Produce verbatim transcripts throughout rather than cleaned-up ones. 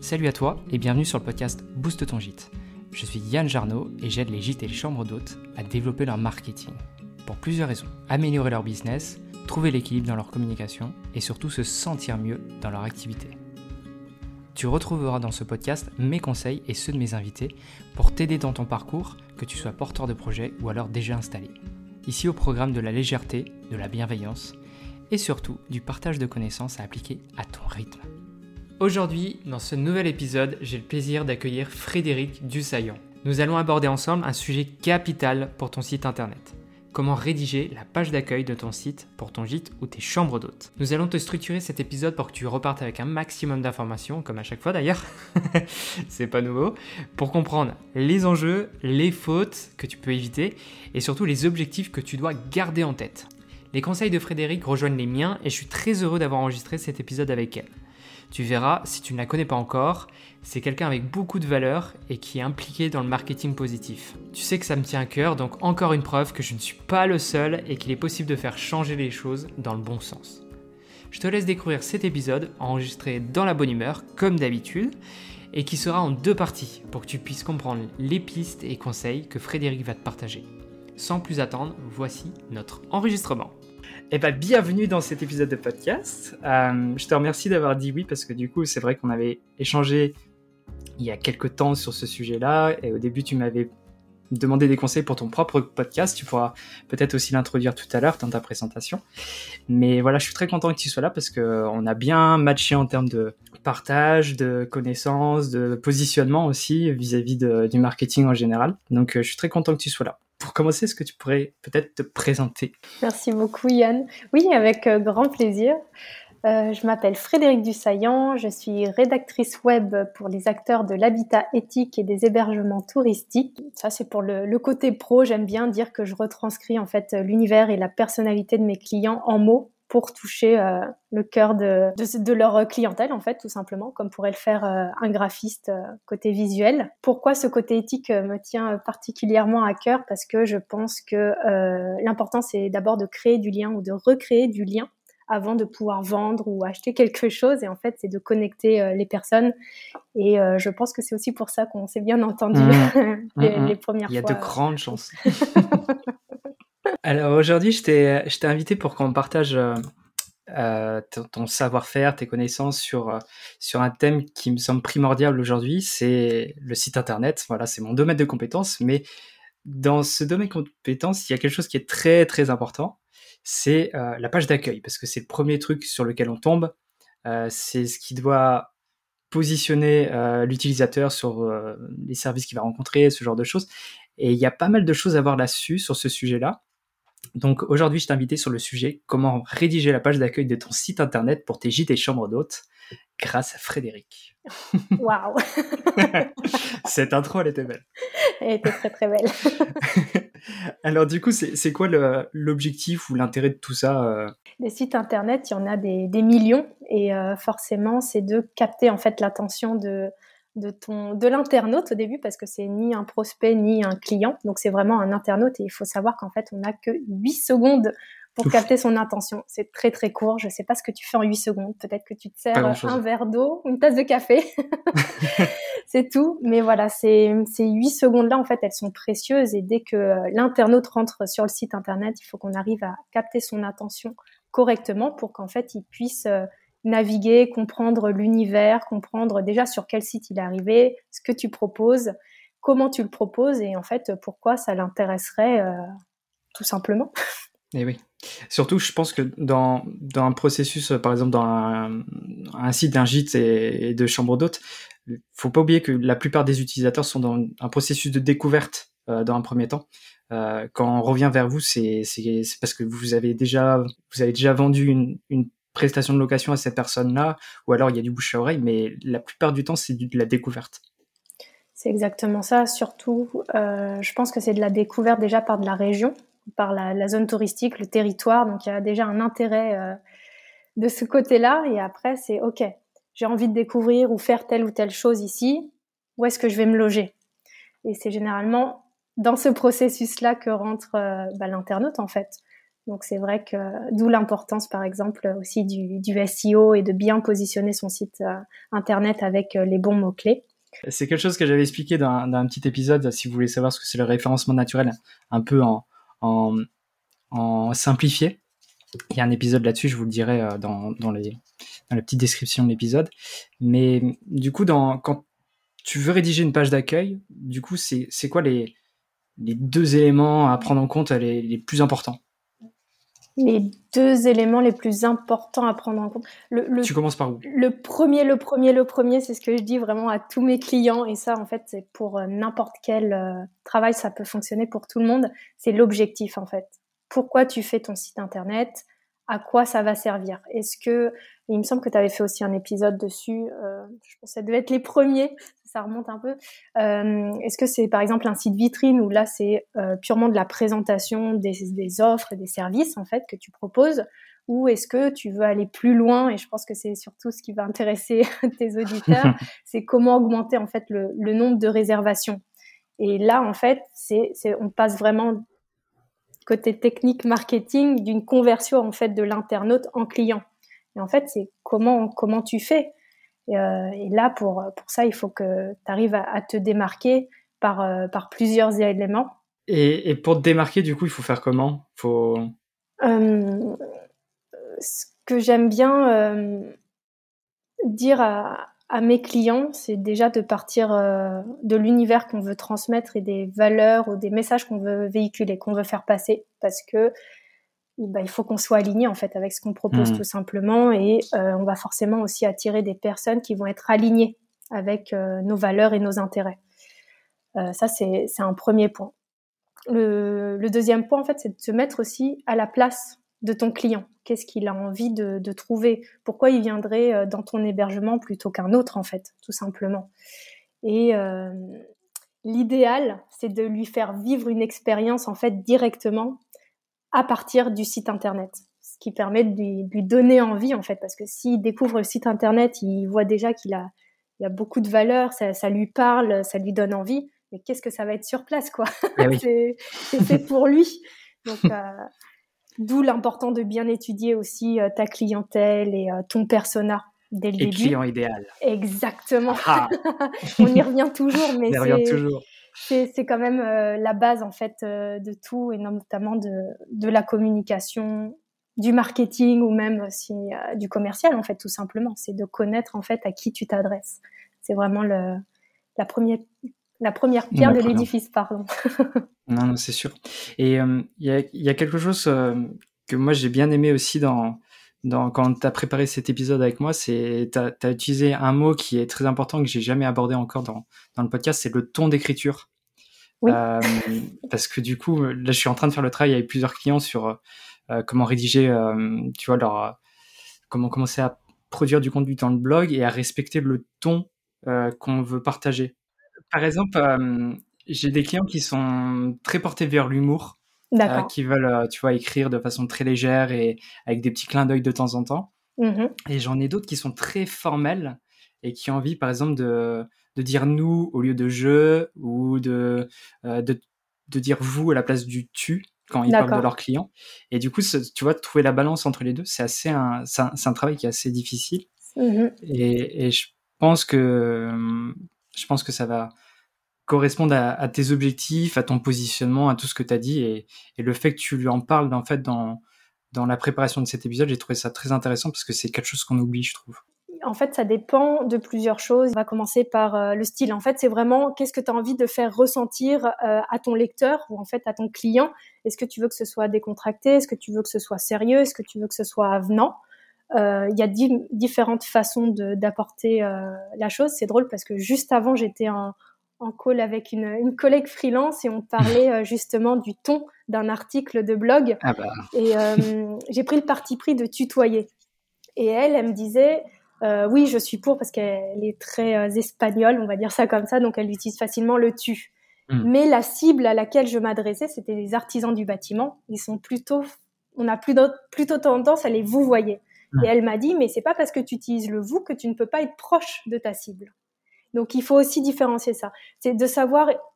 Salut à toi et bienvenue sur le podcast Booste ton gîte. Je suis Yann Jarno et j'aide les gîtes et les chambres d'hôtes à développer leur marketing. Pour plusieurs raisons. Améliorer leur business, trouver l'équilibre dans leur communication et surtout se sentir mieux dans leur activité. Tu retrouveras dans ce podcast mes conseils et ceux de mes invités pour t'aider dans ton parcours, que tu sois porteur de projet ou alors déjà installé. Ici au programme de la légèreté, de la bienveillance et surtout du partage de connaissances à appliquer à ton rythme. Aujourd'hui, dans ce nouvel épisode, j'ai le plaisir d'accueillir Frédéric Dussaillant. Nous allons aborder ensemble un sujet capital pour ton site internet. Comment rédiger la page d'accueil de ton site pour ton gîte ou tes chambres d'hôtes. Nous allons te structurer cet épisode pour que tu repartes avec un maximum d'informations, comme à chaque fois d'ailleurs, c'est pas nouveau, pour comprendre les enjeux, les fautes que tu peux éviter et surtout les objectifs que tu dois garder en tête. Les conseils de Frédéric rejoignent les miens et je suis très heureux d'avoir enregistré cet épisode avec elle. Tu verras, si tu ne la connais pas encore, c'est quelqu'un avec beaucoup de valeur et qui est impliqué dans le marketing positif. Tu sais que ça me tient à cœur, donc encore une preuve que je ne suis pas le seul et qu'il est possible de faire changer les choses dans le bon sens. Je te laisse découvrir cet épisode enregistré dans la bonne humeur, comme d'habitude, et qui sera en deux parties pour que tu puisses comprendre les pistes et conseils que Frédéric va te partager. Sans plus attendre, voici notre enregistrement. Eh bien, bienvenue dans cet épisode de podcast. Euh, je te remercie d'avoir dit oui parce que du coup, c'est vrai qu'on avait échangé il y a quelques temps sur ce sujet-là et au début, tu m'avais demandé des conseils pour ton propre podcast. Tu pourras peut-être aussi l'introduire tout à l'heure dans ta présentation. Mais voilà, je suis très content que tu sois là parce qu'on a bien matché en termes de partage, de connaissances, de positionnement aussi vis-à-vis de, du marketing en général. Donc, euh, je suis très content que tu sois là. Pour commencer, est-ce que tu pourrais peut-être te présenter ? Merci beaucoup Yann. Oui, avec euh, grand plaisir. Euh, je m'appelle Frédéric Dussaillant, je suis rédactrice web pour les acteurs de l'habitat éthique et des hébergements touristiques. Ça, c'est pour le, le côté pro. J'aime bien dire que je retranscris en fait l'univers et la personnalité de mes clients en mots pour toucher euh, le cœur de, de, de leur clientèle, en fait, tout simplement, comme pourrait le faire euh, un graphiste euh, côté visuel. Pourquoi ce côté éthique euh, me tient particulièrement à cœur ? Parce que je pense que euh, l'important, c'est d'abord de créer du lien ou de recréer du lien avant de pouvoir vendre ou acheter quelque chose. Et en fait, c'est de connecter euh, les personnes. Et euh, je pense que c'est aussi pour ça qu'on s'est bien entendu mmh. les, mmh. les premières fois. Il y a fois. de grandes chances. Alors aujourd'hui, je t'ai, je t'ai invité pour qu'on partage euh, euh, ton, ton savoir-faire, tes connaissances sur, euh, sur un thème qui me semble primordial aujourd'hui, c'est le site internet. Voilà, c'est mon domaine de compétences, mais dans ce domaine de compétences, il y a quelque chose qui est très très important, c'est euh, la page d'accueil, parce que c'est le premier truc sur lequel on tombe, euh, c'est ce qui doit positionner euh, l'utilisateur sur euh, les services qu'il va rencontrer, ce genre de choses, et il y a pas mal de choses à voir là-dessus, sur ce sujet-là. Donc aujourd'hui, je t'ai invité sur le sujet comment rédiger la page d'accueil de ton site internet pour tes gîtes et chambres d'hôtes grâce à Frédéric. Waouh. Cette intro, elle était belle. Elle était très très belle. Alors du coup, c'est, c'est quoi le, l'objectif ou l'intérêt de tout ça euh... Les sites internet, il y en a des, des millions et euh, forcément, c'est de capter en fait l'attention de de ton de l'internaute au début parce que c'est ni un prospect ni un client, donc c'est vraiment un internaute et il faut savoir qu'en fait on n'a que huit secondes pour Ouf. capter son attention. C'est très très court, je sais pas ce que tu fais en huit secondes, peut-être que tu te sers un verre d'eau, une tasse de café. C'est tout, mais voilà, ces ces huit secondes là en fait, elles sont précieuses et dès que l'internaute rentre sur le site internet, il faut qu'on arrive à capter son attention correctement pour qu'en fait il puisse euh, naviguer, comprendre l'univers, comprendre déjà sur quel site il est arrivé, ce que tu proposes, comment tu le proposes et en fait pourquoi ça l'intéresserait euh, tout simplement. Et oui. Surtout, je pense que dans, dans un processus, par exemple dans un, un site d'un gîte et, et de chambre d'hôtes, faut pas oublier que la plupart des utilisateurs sont dans un processus de découverte euh, dans un premier temps. Euh, quand on revient vers vous, c'est, c'est, c'est parce que vous avez déjà, vous avez déjà vendu une, une prestation de location à cette personne-là, ou alors il y a du bouche à oreille, mais la plupart du temps, c'est du, de la découverte. C'est exactement ça. Surtout, euh, je pense que c'est de la découverte déjà par de la région, par la, la zone touristique, le territoire. Donc, il y a déjà un intérêt euh, de ce côté-là. Et après, c'est OK, j'ai envie de découvrir ou faire telle ou telle chose ici. Où est-ce que je vais me loger ? Et c'est généralement dans ce processus-là que rentre euh, bah, l'internaute, en fait. Donc c'est vrai que d'où l'importance par exemple aussi du, du S E O et de bien positionner son site euh, internet avec euh, les bons mots-clés. C'est quelque chose que j'avais expliqué dans, dans un petit épisode, si vous voulez savoir ce que c'est le référencement naturel, un peu en, en, en simplifié. Il y a un épisode là-dessus, je vous le dirai euh, dans, dans, les, dans la petite description de l'épisode. Mais du coup, dans, quand tu veux rédiger une page d'accueil, du coup, c'est, c'est quoi les, les deux éléments à prendre en compte les, les plus importants? Les deux éléments les plus importants à prendre en compte. Le, le, tu commences par où? Le premier, le premier, le premier, c'est ce que je dis vraiment à tous mes clients. Et ça, en fait, c'est pour n'importe quel euh, travail, ça peut fonctionner pour tout le monde. C'est l'objectif, en fait. Pourquoi tu fais ton site internet? À quoi ça va servir? Est-ce que, il me semble que tu avais fait aussi un épisode dessus, euh, je pense que ça devait être les premiers, ça remonte un peu. Euh, est-ce que c'est par exemple un site vitrine où là c'est euh, purement de la présentation des, des offres et des services en fait que tu proposes, ou est-ce que tu veux aller plus loin? Et je pense que c'est surtout ce qui va intéresser tes auditeurs, c'est comment augmenter en fait le, le nombre de réservations. Et là en fait, c'est, c'est, on passe vraiment côté technique marketing d'une conversion en fait de l'internaute en client. Et en fait, c'est comment comment tu fais. Et, euh, et là, pour pour ça, il faut que tu arrives à, à te démarquer par euh, par plusieurs éléments. Et, et pour te démarquer, du coup, il faut faire comment? Faut euh, ce que j'aime bien euh, dire à à mes clients, c'est déjà de partir euh, de l'univers qu'on veut transmettre et des valeurs ou des messages qu'on veut véhiculer, qu'on veut faire passer, parce que bah, il faut qu'on soit aligné en fait avec ce qu'on propose mmh. tout simplement, et euh, on va forcément aussi attirer des personnes qui vont être alignées avec euh, nos valeurs et nos intérêts. Euh, ça c'est, c'est un premier point. Le, le deuxième point en fait, c'est de se mettre aussi à la place de ton client. Qu'est-ce qu'il a envie de, de trouver? Pourquoi il viendrait dans ton hébergement plutôt qu'un autre en fait, tout simplement. Et euh, l'idéal, c'est de lui faire vivre une expérience en fait directement à partir du site internet, ce qui permet de lui, de lui donner envie en fait, parce que s'il découvre le site internet, il voit déjà qu'il a, il y a beaucoup de valeur, ça, ça lui parle, ça lui donne envie, mais qu'est-ce que ça va être sur place quoi? Eh oui. c'est, c'est fait pour lui. Donc euh, d'où l'important de bien étudier aussi euh, ta clientèle et euh, ton persona dès le et début. Client idéal. Exactement. On y revient toujours, mais On y c'est, revient toujours. c'est, c'est quand même euh, la base en fait euh, de tout, et notamment de, de la communication, du marketing ou même si, euh, du commercial en fait, tout simplement. C'est de connaître en fait à qui tu t'adresses. C'est vraiment le, la première, la première pierre la de première. l'édifice, pardon. Non, non, c'est sûr. Et il euh, y, a, y a quelque chose euh, que moi j'ai bien aimé aussi dans, dans quand tu as préparé cet épisode avec moi, c'est tu as utilisé un mot qui est très important que j'ai jamais abordé encore dans, dans le podcast, c'est le ton d'écriture. Oui. Euh, parce que du coup, là, je suis en train de faire le travail avec plusieurs clients sur euh, comment rédiger, euh, tu vois, leur, comment commencer à produire du contenu dans le blog et à respecter le ton euh, qu'on veut partager. Par exemple, euh, j'ai des clients qui sont très portés vers l'humour, euh, qui veulent, euh, tu vois, écrire de façon très légère et avec des petits clins d'œil de temps en temps. Mmh. Et j'en ai d'autres qui sont très formels et qui ont envie, par exemple, de, de dire nous au lieu de je, ou de, euh, de, de dire vous à la place du tu quand ils D'accord. parlent de leurs clients. Et du coup, tu vois, trouver la balance entre les deux, c'est assez un, c'est un, c'est un travail qui est assez difficile. Mmh. Et, et je pense que je pense que ça va correspondre à, à tes objectifs, à ton positionnement, à tout ce que tu as dit, et, et le fait que tu lui en parles en fait dans dans la préparation de cet épisode, j'ai trouvé ça très intéressant parce que c'est quelque chose qu'on oublie, je trouve. En fait, ça dépend de plusieurs choses. On va commencer par euh, le style. En fait, c'est vraiment qu'est-ce que tu as envie de faire ressentir euh, à ton lecteur ou en fait à ton client. Est-ce que tu veux que ce soit décontracté? Est-ce que tu veux que ce soit sérieux? Est-ce que tu veux que ce soit avenant? Euh, il y a di- différentes façons de, d'apporter euh, la chose. C'est drôle parce que juste avant, j'étais en, en call avec une, une collègue freelance et on parlait euh, justement du ton d'un article de blog. Ah bah. Et euh, j'ai pris le parti pris de tutoyer. Et elle, elle me disait, euh, oui, je suis pour parce qu'elle est très euh, espagnole, on va dire ça comme ça, donc elle utilise facilement le tu. Mm. Mais la cible à laquelle je m'adressais, c'était les artisans du bâtiment. Ils sont plutôt, on a plutôt, plutôt tendance à les vouvoyer. Mm. Et elle m'a dit, mais c'est pas parce que tu utilises le vous que tu ne peux pas être proche de ta cible. Donc il faut aussi différencier ça. C'est de savoir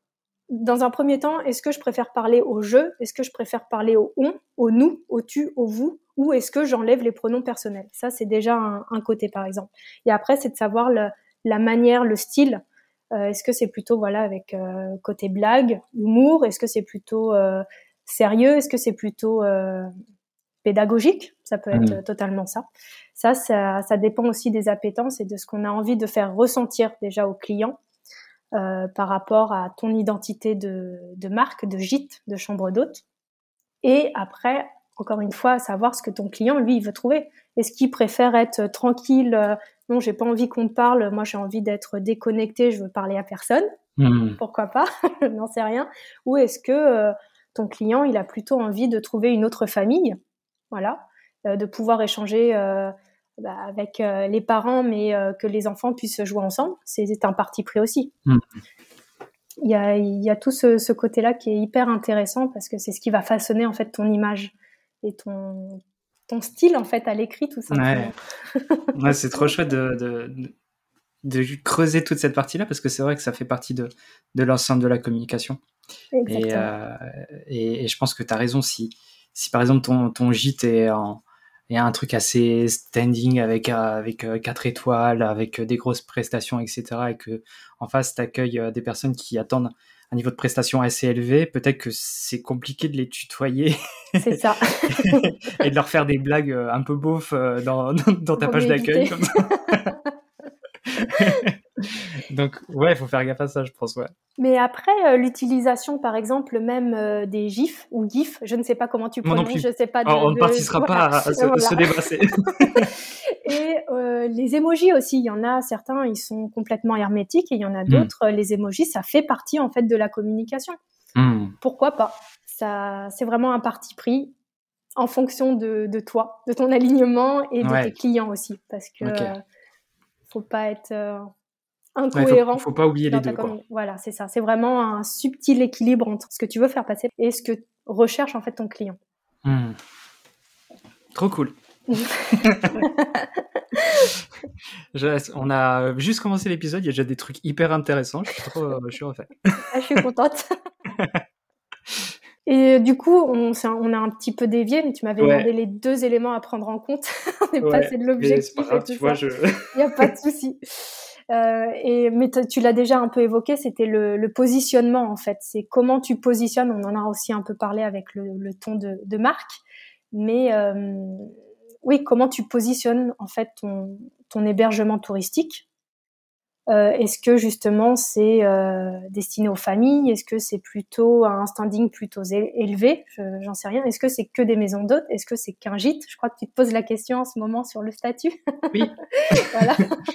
dans un premier temps, est-ce que je préfère parler au je? Est-ce que je préfère parler au on, au nous, au tu, au vous? Ou est-ce que j'enlève les pronoms personnels? Ça, c'est déjà un, un côté, par exemple. Et après, c'est de savoir le, la manière, le style. Euh, est-ce que c'est plutôt, voilà, avec euh, côté blague, humour? Est-ce que c'est plutôt euh, sérieux? Est-ce que c'est plutôt euh, pédagogique? Ça peut être Mmh. totalement ça. ça. Ça, ça dépend aussi des appétences et de ce qu'on a envie de faire ressentir déjà au client. Euh, par rapport à ton identité de, de marque, de gîte, de chambre d'hôte. Et après, encore une fois, savoir ce que ton client, lui, il veut trouver. Est-ce qu'il préfère être tranquille? euh, Non, j'ai pas envie qu'on me parle. Moi, j'ai envie d'être déconnecté. Je veux parler à personne. Mmh. Pourquoi pas? Je n'en sais rien. Ou est-ce que euh, ton client, il a plutôt envie de trouver une autre famille? Voilà. Euh, de pouvoir échanger euh, bah, avec euh, les parents, mais euh, que les enfants puissent jouer ensemble. C'est, c'est un parti pris aussi. Mmh. Il y a, il y a tout ce, ce côté-là qui est hyper intéressant parce que c'est ce qui va façonner en fait ton image et ton, ton style en fait à l'écrit tout simplement. Ouais, ouais c'est trop chouette de, de, de creuser toute cette partie-là parce que c'est vrai que ça fait partie de, de l'ensemble de la communication. Exactement. Et, euh, et, et je pense que tu as raison. Si, si par exemple ton, ton gîte est, en, est un truc assez standing avec, avec quatre étoiles, avec des grosses prestations, et cetera, et que en face tu accueilles des personnes qui attendent un niveau de prestation assez élevé, peut-être que c'est compliqué de les tutoyer. C'est ça. Et de leur faire des blagues un peu beaufs dans, dans, dans ta page d'accueil. Comme ça. Donc, ouais, il faut faire gaffe à ça, je pense, ouais. Mais après, euh, l'utilisation, par exemple, même euh, des gifs ou gifs, je ne sais pas comment tu prononces, je ne sais pas. De, Alors, on ne de... participera voilà. pas à, à se, voilà. se débasser. Et euh, les emojis aussi, il y en a certains, ils sont complètement hermétiques, et il y en a d'autres, mm. les emojis, ça fait partie en fait de la communication. Mm. Pourquoi pas? Ça, c'est vraiment un parti pris en fonction de, de toi, de ton alignement et de ouais. tes clients aussi, parce que okay. euh, faut pas être euh, incohérent. Ouais, faut, faut pas oublier les deux, quoi. Voilà, c'est ça. C'est vraiment un subtil équilibre entre ce que tu veux faire passer et ce que recherche en fait ton client. Mmh. Trop cool. je, on a juste commencé l'épisode, il y a déjà des trucs hyper intéressants. Je suis trop, euh, je suis refait. Ah, je suis contente. Et du coup, on, on a un petit peu dévié, mais tu m'avais ouais. demandé les deux éléments à prendre en compte. On est ouais. passé de l'objectif et, grave, tout tu ça. Vois, je... Il n'y a pas de souci. Euh, et, mais tu l'as déjà un peu évoqué, c'était le, le positionnement en fait. C'est comment tu positionnes. On en a aussi un peu parlé avec le, le ton de, de marque. Mais euh, oui, comment tu positionnes en fait ton, ton hébergement touristique. Euh, est-ce que justement c'est euh, destiné aux familles? Est-ce que c'est plutôt un standing plutôt élevé? Je, j'en sais rien. Est-ce que c'est que des maisons d'hôtes? Est-ce que c'est qu'un gîte? Je crois que tu te poses la question en ce moment sur le statut. Oui. Voilà.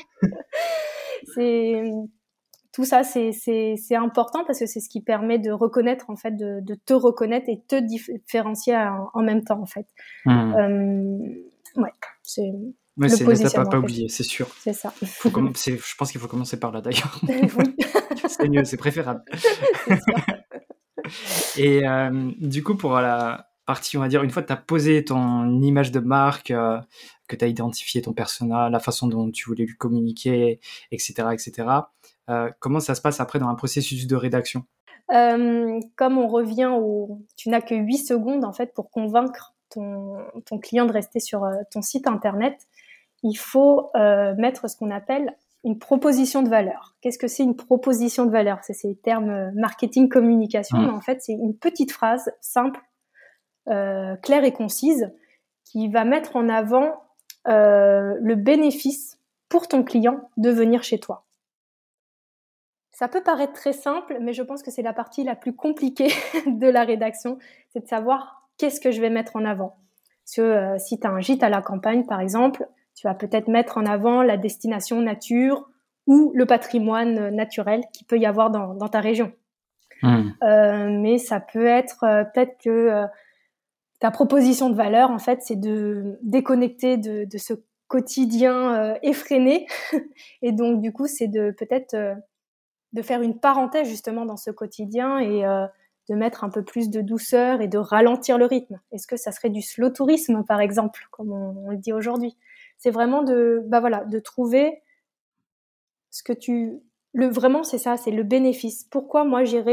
c'est tout ça, c'est, c'est, c'est important parce que c'est ce qui permet de reconnaître en fait, de, de te reconnaître et te différencier en, en même temps en fait. Mmh. Euh, ouais, c'est. Ouais, c'est l'étape à pas oublier, c'est sûr. C'est ça. Faut comm- c'est, je pense qu'il faut commencer par là d'ailleurs. Oui. C'est mieux, c'est préférable. C'est sûr. Et euh, du coup, pour la partie, on va dire, une fois que tu as posé ton image de marque, euh, que tu as identifié ton persona, la façon dont tu voulais lui communiquer, et cetera, et cetera, euh, comment ça se passe après dans un processus de rédaction? euh, Comme on revient au... Tu n'as que huit secondes, en fait, pour convaincre ton, ton client de rester sur euh, ton site internet. Il faut euh, mettre ce qu'on appelle une proposition de valeur. Qu'est-ce que c'est une proposition de valeur? C'est ces termes marketing, communication, mmh. mais en fait, c'est une petite phrase simple, euh, claire et concise, qui va mettre en avant euh, le bénéfice pour ton client de venir chez toi. Ça peut paraître très simple, mais je pense que c'est la partie la plus compliquée de la rédaction, c'est de savoir qu'est-ce que je vais mettre en avant. Parce que euh, si tu as un gîte à la campagne, par exemple, tu vas peut-être mettre en avant la destination nature ou le patrimoine naturel qu'il peut y avoir dans, dans ta région. Mmh. Euh, mais ça peut être euh, peut-être que euh, ta proposition de valeur, en fait, c'est de déconnecter de, de ce quotidien euh, effréné. Et donc, du coup, c'est de peut-être euh, de faire une parenthèse justement dans ce quotidien et euh, de mettre un peu plus de douceur et de ralentir le rythme. Est-ce que ça serait du slow tourisme, par exemple, comme on, on le dit aujourd'hui? C'est vraiment de, bah voilà, de trouver ce que tu, le vraiment c'est ça, c'est le bénéfice. Pourquoi moi j'irais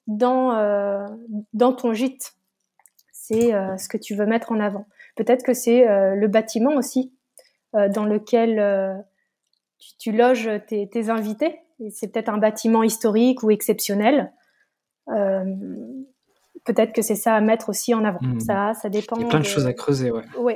dans, euh, dans ton gîte. C'est euh, ce que tu veux mettre en avant. Peut-être que c'est euh, le bâtiment aussi euh, dans lequel euh, tu, tu loges tes, tes invités. Et c'est peut-être un bâtiment historique ou exceptionnel. Euh, peut-être que c'est ça à mettre aussi en avant. Mmh. Ça, ça dépend. Il y a plein de, de... choses à creuser, ouais. Ouais.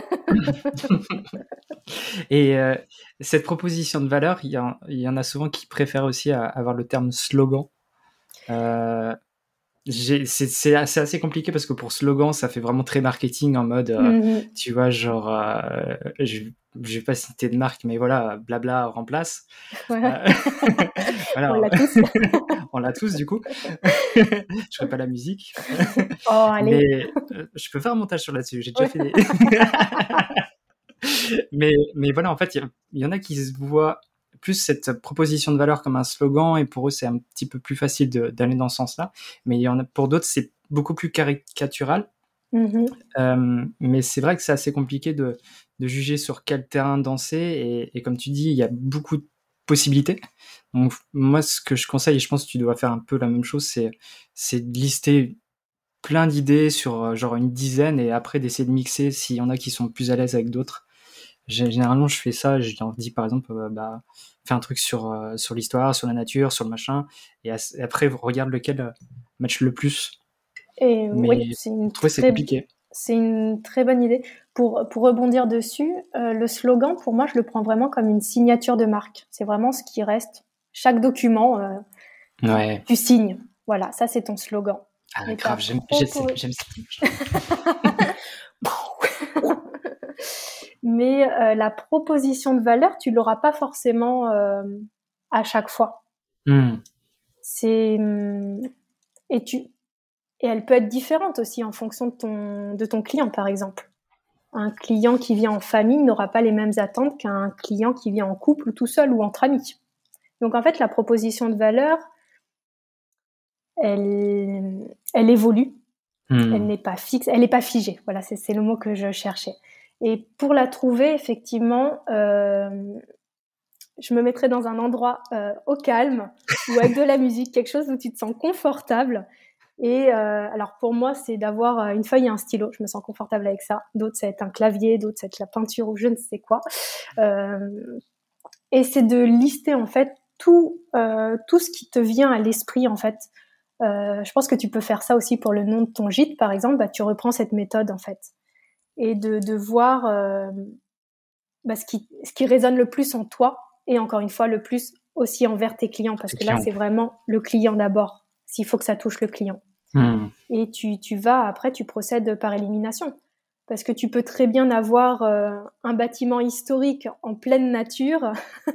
Et euh, cette proposition de valeur, il y, en, il y en a souvent qui préfèrent aussi à, avoir le terme slogan. Euh, j'ai, c'est, c'est, assez, assez compliqué parce que pour slogan, ça fait vraiment très marketing en mode, euh, mm-hmm. tu vois, genre, euh, je, je vais pas citer de marque, mais voilà, blabla remplace. Ouais. Euh, voilà, on l'a tous. On l'a tous, du coup. Je ferai pas la musique. Oh, allez. Mais euh, je peux faire un montage sur là-dessus. J'ai déjà ouais. fait des... mais, mais voilà, en fait, il y, y en a qui se voient plus cette proposition de valeur comme un slogan et pour eux, c'est un petit peu plus facile de, d'aller dans ce sens-là. Mais il y en a, pour d'autres, c'est beaucoup plus caricatural. Mm-hmm. Euh, mais c'est vrai que c'est assez compliqué de, de juger sur quel terrain danser. Et, et comme tu dis, il y a beaucoup de possibilités. Donc, moi, ce que je conseille, et je pense que tu dois faire un peu la même chose, c'est, c'est de lister plein d'idées sur genre une dizaine et après d'essayer de mixer s'il y en a qui sont plus à l'aise avec d'autres. Généralement, je fais ça, je leur dis par exemple, euh, bah, fais un truc sur, euh, sur l'histoire, sur la nature, sur le machin, et, à, et après, regarde lequel euh, match le plus. Et mais oui, c'est une trouver, très... c'est compliqué. C'est une très bonne idée. Pour, pour rebondir dessus, euh, le slogan, pour moi, je le prends vraiment comme une signature de marque. C'est vraiment ce qui reste. Chaque document, euh, ouais. tu signes. Voilà, ça, c'est ton slogan. Ah, mais grave, j'aime, propos... j'aime ça. Mais euh, la proposition de valeur, tu l'auras pas forcément euh, à chaque fois. Mm. C'est... Et tu... Et elle peut être différente aussi en fonction de ton, de ton client, par exemple. Un client qui vient en famille n'aura pas les mêmes attentes qu'un client qui vient en couple ou tout seul ou entre amis. Donc, en fait, la proposition de valeur, elle, elle évolue. Mmh. Elle n'est pas fixe, elle n'est pas figée. Voilà, c'est, c'est le mot que je cherchais. Et pour la trouver, effectivement, euh, je me mettrais dans un endroit euh, au calme ou avec de la musique, quelque chose où tu te sens confortable. Et euh, alors pour moi, c'est d'avoir une feuille et un stylo. Je me sens confortable avec ça. D'autres, ça va être un clavier, d'autres, ça va être la peinture ou je ne sais quoi. Euh, et c'est de lister en fait tout, euh, tout ce qui te vient à l'esprit en fait. Euh, je pense que tu peux faire ça aussi pour le nom de ton gîte, par exemple. Bah, tu reprends cette méthode en fait et de, de voir euh, bah, ce qui, ce qui résonne le plus en toi et encore une fois le plus aussi envers tes clients parce que là, c'est vraiment le client d'abord. S'il faut que ça touche le client. Mmh. Et tu, tu vas, après, tu procèdes par élimination. Parce que tu peux très bien avoir euh, un bâtiment historique en pleine nature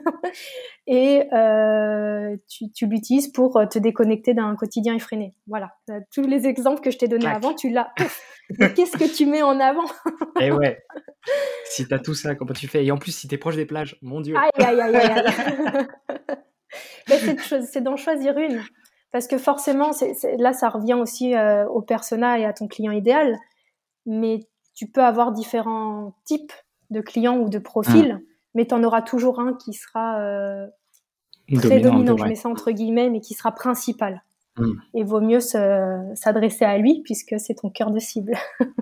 et euh, tu, tu l'utilises pour te déconnecter d'un quotidien effréné. Voilà. Tous les exemples que je t'ai donnés Clac. Avant, tu l'as. Mais qu'est-ce que tu mets en avant? Eh ouais. Si t'as tout ça, comment tu fais? Et en plus, si t'es proche des plages, mon Dieu. Aïe, aïe, aïe, aïe, aïe. Mais c'est, cho- c'est d'en choisir une. Parce que forcément, c'est, c'est, là, ça revient aussi euh, au persona et à ton client idéal. Mais tu peux avoir différents types de clients ou de profils, mmh. mais tu en auras toujours un qui sera euh, très dominant, dominant je mets ça entre guillemets, mais qui sera principal. Mmh. Et vaut mieux se, s'adresser à lui puisque c'est ton cœur de cible.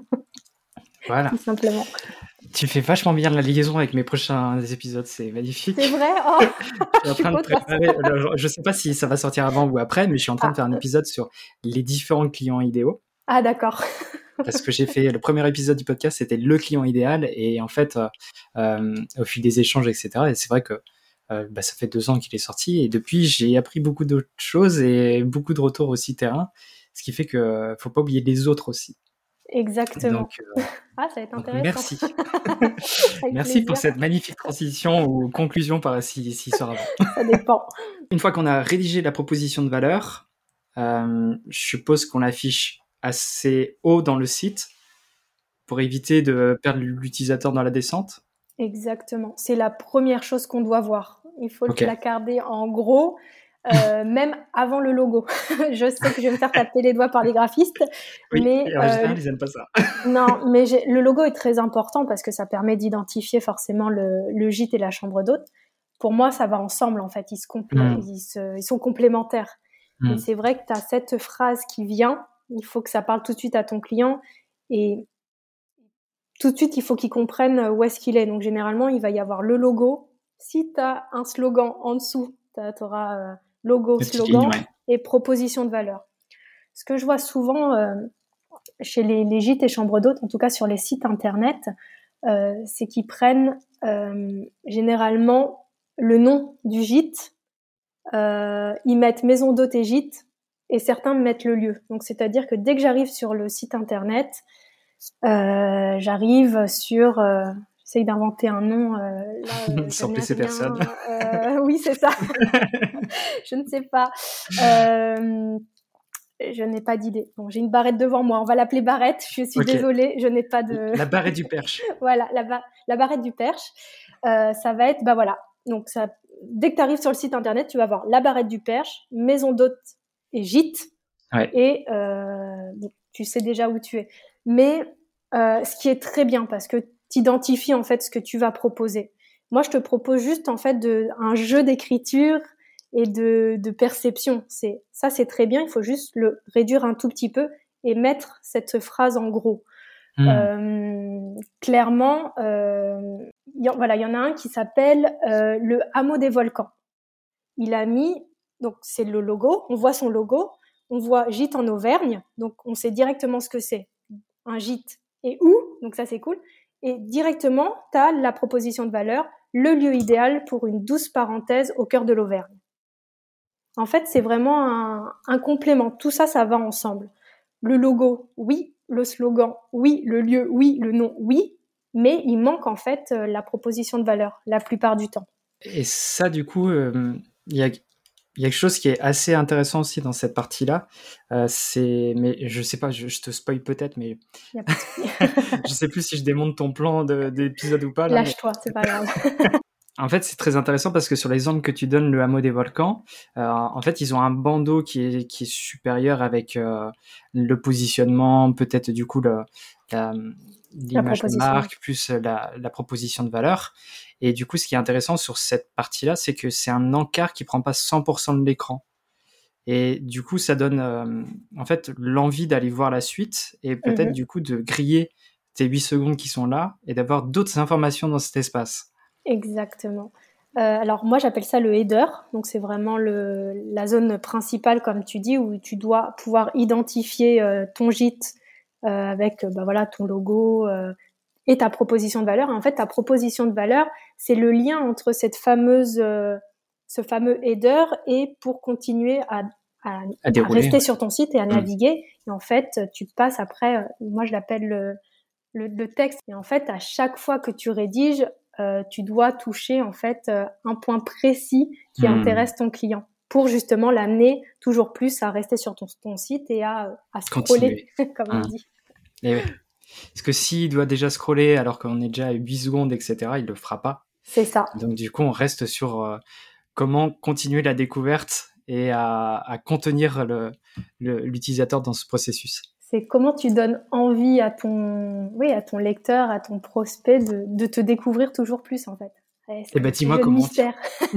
Voilà. Tout simplement. Tu fais vachement bien la liaison avec mes prochains épisodes, c'est magnifique. C'est vrai? Oh, je suis en train de préparer. Je sais pas si ça va sortir avant ou après, mais je suis en train ah. de faire un épisode sur les différents clients idéaux. Ah, d'accord. Parce que j'ai fait le premier épisode du podcast, c'était le client idéal, et en fait, euh, euh, au fil des échanges, et cetera. Et c'est vrai que euh, bah, ça fait deux ans qu'il est sorti, et depuis, j'ai appris beaucoup d'autres choses et beaucoup de retours aussi terrain, ce qui fait que faut pas oublier les autres aussi. Exactement. Donc, euh, ah, ça va être intéressant. Merci. Merci plaisir. Pour cette magnifique transition ou conclusion par si, si sera bon. Ça dépend. Une fois qu'on a rédigé la proposition de valeur, euh, je suppose qu'on l'affiche assez haut dans le site pour éviter de perdre l'utilisateur dans la descente. Exactement. C'est la première chose qu'on doit voir. Il faut okay. le placarder en gros, euh, même avant le logo. Je sais que je vais me faire taper les doigts par les graphistes. Oui, mais en général, euh, ils n'aiment pas ça. Non, mais j'ai, le logo est très important parce que ça permet d'identifier forcément le, le gîte et la chambre d'hôte. Pour moi, ça va ensemble, en fait. Ils, se compl- mmh. ils, se, ils sont complémentaires. Mmh. Et c'est vrai que tu as cette phrase qui vient, il faut que ça parle tout de suite à ton client et tout de suite, il faut qu'il comprenne où est-ce qu'il est. Donc, généralement, il va y avoir le logo. Si tu as un slogan en dessous, tu auras euh, logo, Petite slogan ligne, ouais. et proposition de valeur. Ce que je vois souvent euh, chez les, les gîtes et chambres d'hôtes, en tout cas sur les sites internet, euh, c'est qu'ils prennent euh, généralement le nom du gîte, euh, ils mettent maison d'hôte et gîte, et certains mettent le lieu. Donc, c'est-à-dire que dès que j'arrive sur le site internet, euh, j'arrive sur... Euh, j'essaye d'inventer un nom. Euh, là, euh, Sans blesser personne. Euh, oui, c'est ça. Je ne sais pas. Euh, je n'ai pas d'idée. Bon, j'ai une barrette devant moi. On va l'appeler barrette. Je suis okay. désolée. Je n'ai pas de... La barrette du Perche. Voilà, la, ba- la barrette du Perche. Euh, ça va être... Bah voilà. Donc, ça, dès que tu arrives sur le site internet, tu vas voir la barrette du Perche, maison d'hôte et gîte. Ouais. Et euh, bon, tu sais déjà où tu es. Mais euh, ce qui est très bien parce que tu identifies en fait ce que tu vas proposer. Moi, je te propose juste en fait de, un jeu d'écriture et de, de perception. C'est, ça, c'est très bien. Il faut juste le réduire un tout petit peu et mettre cette phrase en gros. Mmh. Euh, clairement, euh, y, voilà, il y en a un qui s'appelle euh, le hameau des volcans. Il a mis, donc c'est le logo, on voit son logo, on voit gîte en Auvergne, donc on sait directement ce que c'est, un gîte et où, donc ça c'est cool. Et directement, tu as la proposition de valeur, le lieu idéal pour une douce parenthèse au cœur de l'Auvergne. En fait, c'est vraiment un, un complément. Tout ça, ça va ensemble. Le logo, oui. Le slogan, oui. Le lieu, oui. Le nom, oui. Mais il manque en fait la proposition de valeur la plupart du temps. Et ça, du coup, il euh, y a... Il y a quelque chose qui est assez intéressant aussi dans cette partie-là, euh, c'est, mais je sais pas, je, je te spoil peut-être, mais je sais plus si je démonte ton plan de, d'épisode ou pas. Là, Lâche-toi, mais... c'est pas grave. En fait, c'est très intéressant parce que sur l'exemple que tu donnes, le hameau des volcans, euh, en fait, ils ont un bandeau qui est qui est supérieur avec euh, le positionnement, peut-être du coup le, la, l'image de marque plus la, la proposition de valeur. Et du coup, ce qui est intéressant sur cette partie-là, c'est que c'est un encart qui prend pas cent pour cent de l'écran. Et du coup, ça donne euh, en fait l'envie d'aller voir la suite et peut-être mm-hmm. du coup de griller tes huit secondes qui sont là et d'avoir d'autres informations dans cet espace. Exactement. Euh, alors moi j'appelle ça le header, donc c'est vraiment le, la zone principale comme tu dis où tu dois pouvoir identifier euh, ton gîte euh, avec bah, voilà, ton logo euh, et ta proposition de valeur. Et en fait ta proposition de valeur c'est le lien entre cette fameuse, euh, ce fameux header et pour continuer à, à, à, à rester sur ton site et à mmh. naviguer. Et en fait tu passes après, euh, moi je l'appelle le, le, le texte. Et en fait à chaque fois que tu rédiges Euh, tu dois toucher en fait euh, un point précis qui mmh. intéresse ton client pour justement l'amener toujours plus à rester sur ton, ton site et à, à scroller, comme mmh. on dit. Et oui. Parce que s'il doit déjà scroller alors qu'on est déjà à huit secondes, et cetera, il le fera pas. C'est ça. Donc du coup, on reste sur euh, comment continuer la découverte et à, à contenir le, le, l'utilisateur dans ce processus. C'est comment tu donnes envie à ton, oui, à ton lecteur, à ton prospect de, de te découvrir toujours plus en fait. Ouais, et bah dis-moi comment. Mystère.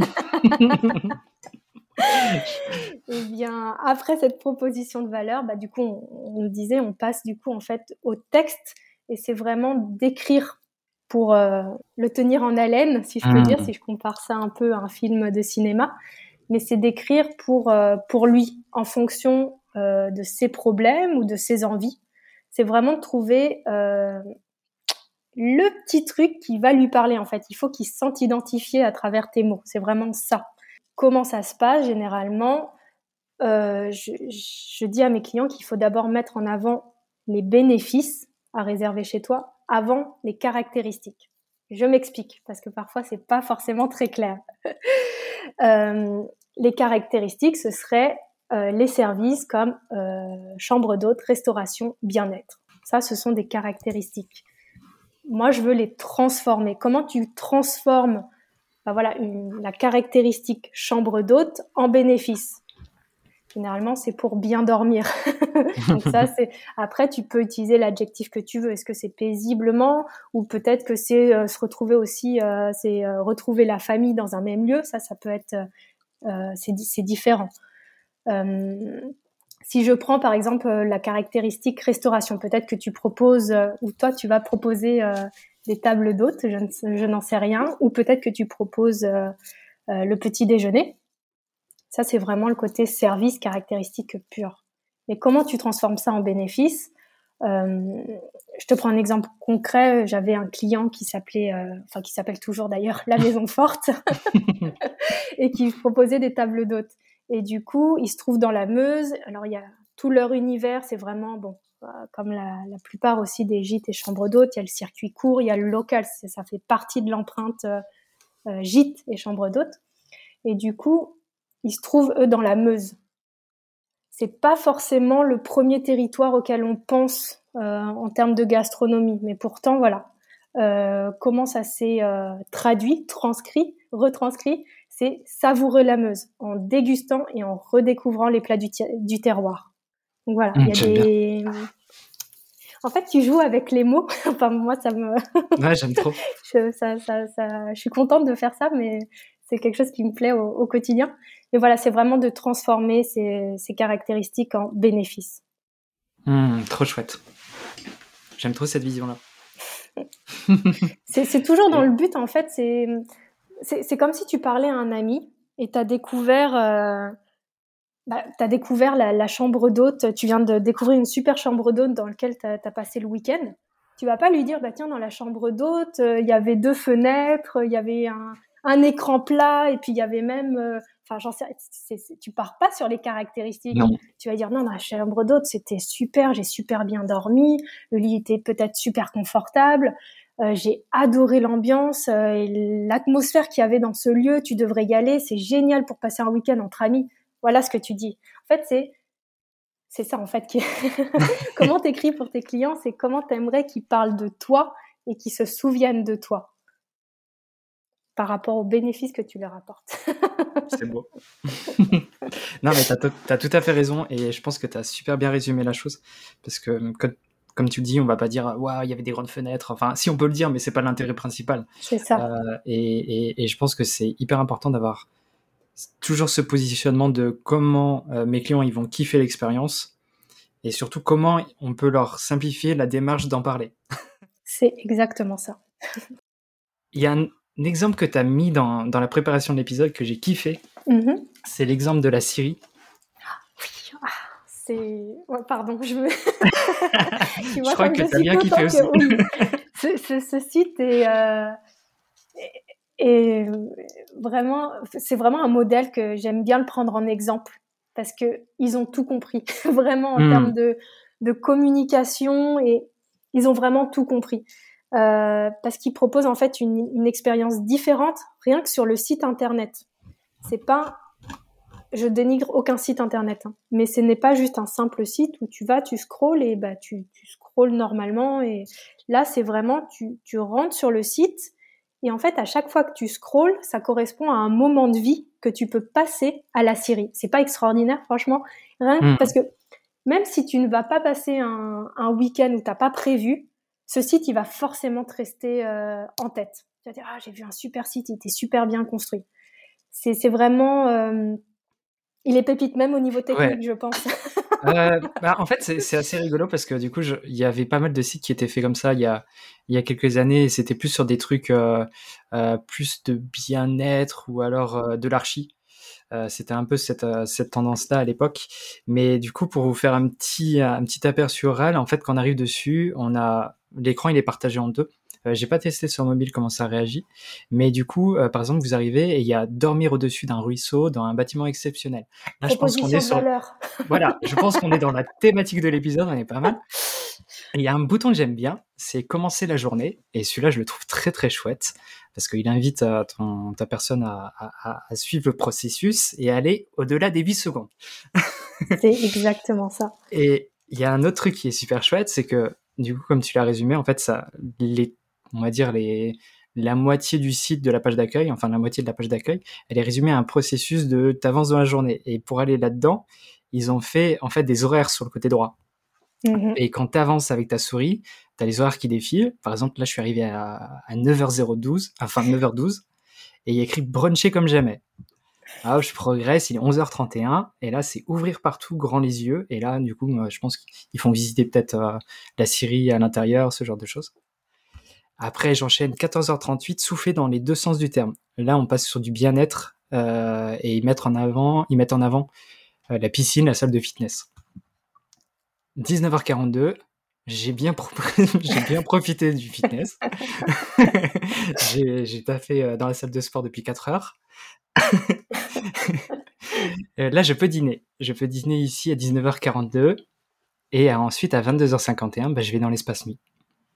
Et bien après cette proposition de valeur, bah du coup on, on disait, on passe du coup en fait au texte et c'est vraiment d'écrire pour euh, le tenir en haleine, si je peux mmh. dire, si je compare ça un peu à un film de cinéma. Mais c'est d'écrire pour euh, pour lui en fonction Euh, de ses problèmes ou de ses envies. C'est vraiment de trouver euh, le petit truc qui va lui parler en fait. Il faut qu'il se sente identifié à travers tes mots. C'est vraiment ça. Comment ça se passe généralement euh, je, je dis à mes clients qu'il faut d'abord mettre en avant les bénéfices à réserver chez toi avant les caractéristiques. Je m'explique parce que parfois c'est pas forcément très clair. euh, les caractéristiques, ce serait Euh, les services comme euh, chambre d'hôte, restauration, bien-être. Ça, ce sont des caractéristiques. Moi, je veux les transformer. Comment tu transformes ben voilà, une, la caractéristique chambre d'hôte en bénéfice? Généralement, c'est pour bien dormir. Donc ça, c'est... Après, tu peux utiliser l'adjectif que tu veux. Est-ce que c'est paisiblement ou peut-être que c'est euh, se retrouver aussi, euh, c'est euh, retrouver la famille dans un même lieu. Ça, ça peut être... Euh, c'est, c'est différent. Euh, si je prends par exemple la caractéristique restauration, peut-être que tu proposes, euh, ou toi tu vas proposer euh, des tables d'hôtes, je, ne, je n'en sais rien, ou peut-être que tu proposes euh, euh, le petit déjeuner. Ça, c'est vraiment le côté service, caractéristique pure. Mais comment tu transformes ça en bénéfice? euh, Je te prends un exemple concret. J'avais un client qui s'appelait, euh, enfin qui s'appelle toujours d'ailleurs, La Maison Forte, et qui proposait des tables d'hôtes. Et du coup, il se trouve dans la Meuse. Alors, il y a tout leur univers, c'est vraiment, bon, euh, comme la, la plupart aussi des gîtes et chambres d'hôtes, il y a le circuit court, il y a le local, c'est, ça fait partie de l'empreinte euh, euh, gîte et chambre d'hôtes. Et du coup, ils se trouvent, eux, dans la Meuse. C'est pas forcément le premier territoire auquel on pense euh, en termes de gastronomie, mais pourtant, voilà. Euh, comment ça s'est euh, traduit, transcrit, retranscrit, c'est savourer la Meuse en dégustant et en redécouvrant les plats du, ti- du terroir. Donc voilà, il Mmh, y a j'aime des... bien. En fait, tu joues avec les mots. Enfin, moi, ça me... Ouais, j'aime trop. je, ça, ça, ça... je suis contente de faire ça, mais c'est quelque chose qui me plaît au, au quotidien. Mais voilà, c'est vraiment de transformer ces, ces caractéristiques en bénéfices. Mmh, trop chouette. J'aime trop cette vision-là. c'est, c'est toujours dans Et... le but, en fait, c'est, c'est, c'est comme si tu parlais à un ami et tu as découvert, euh, bah, t'as découvert la, la chambre d'hôte, tu viens de découvrir une super chambre d'hôte dans laquelle tu as passé le week-end. Tu vas pas lui dire, bah tiens, dans la chambre d'hôte, il euh, y avait deux fenêtres, il y avait un, un écran plat, et puis il y avait même... Enfin, euh, j'en sais, c'est, c'est, tu pars pas sur les caractéristiques. Non. Tu vas dire, non, dans la chambre d'hôte, c'était super, j'ai super bien dormi, le lit était peut-être super confortable, euh, j'ai adoré l'ambiance, euh, et l'atmosphère qu'il y avait dans ce lieu, tu devrais y aller, c'est génial pour passer un week-end entre amis. Voilà ce que tu dis. En fait, c'est... C'est ça, en fait. Qui... comment t'écris pour tes clients, c'est comment t'aimerais qu'ils parlent de toi et qu'ils se souviennent de toi par rapport aux bénéfices que tu leur apportes. C'est beau. Non, mais t'as, t'as tout à fait raison et je pense que t'as super bien résumé la chose parce que, comme, comme tu le dis, on va pas dire « Waouh, il y avait des grandes fenêtres ». Enfin, si on peut le dire, mais c'est pas l'intérêt principal. C'est ça. Euh, et, et, et je pense que c'est hyper important d'avoir toujours ce positionnement de comment euh, mes clients ils vont kiffer l'expérience et surtout comment on peut leur simplifier la démarche d'en parler. C'est exactement ça. Il y a un, un exemple que tu as mis dans, dans la préparation de l'épisode que j'ai kiffé, mm-hmm. C'est l'exemple de la Syrie. Oui, ah, c'est... Ouais, pardon, je me... tu vois, je crois que tu as bien kiffé aussi. Que, oui. ce, ce, ce site est... Euh... Et vraiment, c'est vraiment un modèle que j'aime bien le prendre en exemple parce que ils ont tout compris, vraiment en mmh. termes de, de communication et ils ont vraiment tout compris euh, parce qu'ils proposent en fait une, une expérience différente rien que sur le site internet. C'est pas, je dénigre aucun site internet, hein, mais ce n'est pas juste un simple site où tu vas, tu scrolles et bah tu, tu scrolles normalement et là c'est vraiment tu, tu rentres sur le site. Et en fait, à chaque fois que tu scrolles, ça correspond à un moment de vie que tu peux passer à la Syrie. C'est pas extraordinaire, franchement. Rien mmh. Parce que même si tu ne vas pas passer un, un week-end où t'as pas prévu, ce site, il va forcément te rester euh, en tête. Tu vas dire, ah, j'ai vu un super site, il était super bien construit. C'est, c'est vraiment... Euh, il est pépite même au niveau technique, ouais. je pense. Euh, bah, en fait, c'est, c'est assez rigolo parce que du coup, il y avait pas mal de sites qui étaient faits comme ça il y a, il y a quelques années et c'était plus sur des trucs euh, euh, plus de bien-être ou alors euh, de l'archi. Euh, c'était un peu cette, euh, cette tendance-là à l'époque. Mais du coup, pour vous faire un petit, un petit aperçu oral, en fait, quand on arrive dessus, on a l'écran, il est partagé en deux. Euh, j'ai pas testé sur mobile comment ça réagit, mais du coup, euh, par exemple, vous arrivez et il y a dormir au-dessus d'un ruisseau dans un bâtiment exceptionnel. Là, je pense qu'on est sur. Valeur. Voilà, je pense qu'on est dans la thématique de l'épisode, on est pas mal. Il y a un bouton que j'aime bien, c'est commencer la journée, et celui-là, je le trouve très très chouette parce qu'il invite euh, ton, ta personne à, à, à suivre le processus et aller au-delà des huit secondes. C'est exactement ça. Et il y a un autre truc qui est super chouette, c'est que du coup, comme tu l'as résumé, en fait, ça, les, on va dire les, la moitié du site de la page d'accueil, enfin la moitié de la page d'accueil, elle est résumée à un processus de t'avances dans la journée. Et pour aller là-dedans, ils ont fait en fait des horaires sur le côté droit. Mmh. Et quand tu avances avec ta souris, tu as les horaires qui défilent. Par exemple, là, je suis arrivé à, à neuf heures douze, enfin neuf heures douze, et il y a écrit bruncher comme jamais. Ah, je progresse, il est onze heures trente et un, et là, c'est ouvrir partout, grand les yeux, et là, du coup, moi, je pense qu'ils font visiter peut-être euh, la Syrie à l'intérieur, ce genre de choses. Après, j'enchaîne quatorze heures trente-huit, souffler dans les deux sens du terme. Là, on passe sur du bien-être, euh, et ils mettent en avant, ils mettent en avant euh, la piscine, la salle de fitness. dix-neuf heures quarante-deux, j'ai bien, pro- j'ai bien profité du fitness. j'ai, j'ai taffé dans la salle de sport depuis quatre heures. Euh, là, je peux dîner. Je peux dîner ici à dix-neuf heures quarante-deux, et euh, ensuite à vingt-deux heures cinquante et un, bah, je vais dans l'espace nuit.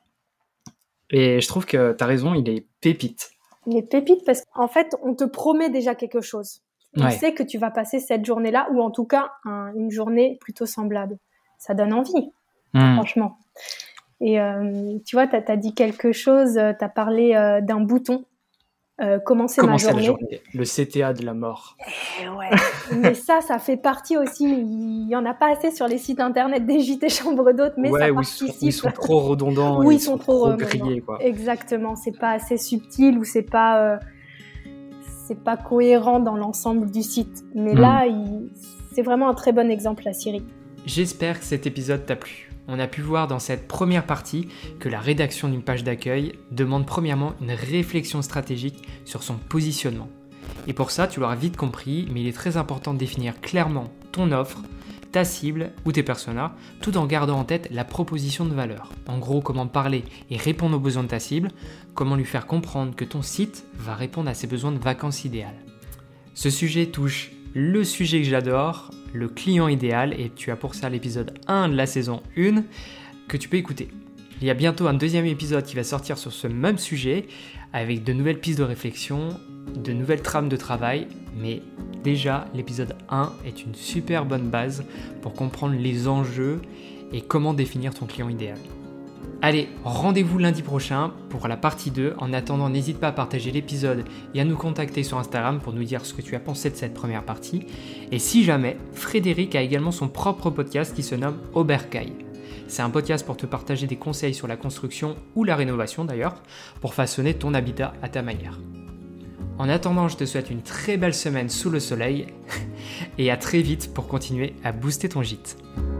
Et je trouve que tu as raison, il est pépite. Il est pépite parce qu'en fait, on te promet déjà quelque chose. On Ouais. sait que tu vas passer cette journée-là, ou en tout cas un, une journée plutôt semblable. Ça donne envie, Mmh. franchement. Et euh, tu vois, tu as dit quelque chose, tu as parlé euh, d'un bouton. Euh, commencer ma journée. la journée. Le C T A de la mort. Eh ouais. Mais ça, ça fait partie aussi. Il y en a pas assez sur les sites internet des J T Chambre d'hôtes, mais ouais, ça où participe. Ils sont, où ils sont trop redondants. Où ils, ils sont, sont trop, trop redondants. grillés, quoi. Exactement. C'est pas assez subtil ou c'est pas, euh, c'est pas cohérent dans l'ensemble du site. Mais mmh. là, il, c'est vraiment un très bon exemple, la Syrie. J'espère que cet épisode t'a plu. On a pu voir dans cette première partie que la rédaction d'une page d'accueil demande premièrement une réflexion stratégique sur son positionnement. Et pour ça, tu l'auras vite compris, mais il est très important de définir clairement ton offre, ta cible ou tes personas, tout en gardant en tête la proposition de valeur. En gros, comment parler et répondre aux besoins de ta cible, comment lui faire comprendre que ton site va répondre à ses besoins de vacances idéales. Ce sujet touche le sujet que j'adore, le client idéal, et tu as pour ça l'épisode un de la saison un que tu peux écouter. Il y a bientôt un deuxième épisode qui va sortir sur ce même sujet avec de nouvelles pistes de réflexion, de nouvelles trames de travail, mais déjà l'épisode un est une super bonne base pour comprendre les enjeux et comment définir ton client idéal. Allez, rendez-vous lundi prochain pour la partie deux. En attendant, n'hésite pas à partager l'épisode et à nous contacter sur Instagram pour nous dire ce que tu as pensé de cette première partie. Et si jamais, Frédéric a également son propre podcast qui se nomme Oberkai. C'est un podcast pour te partager des conseils sur la construction ou la rénovation d'ailleurs, pour façonner ton habitat à ta manière. En attendant, je te souhaite une très belle semaine sous le soleil et à très vite pour continuer à booster ton gîte.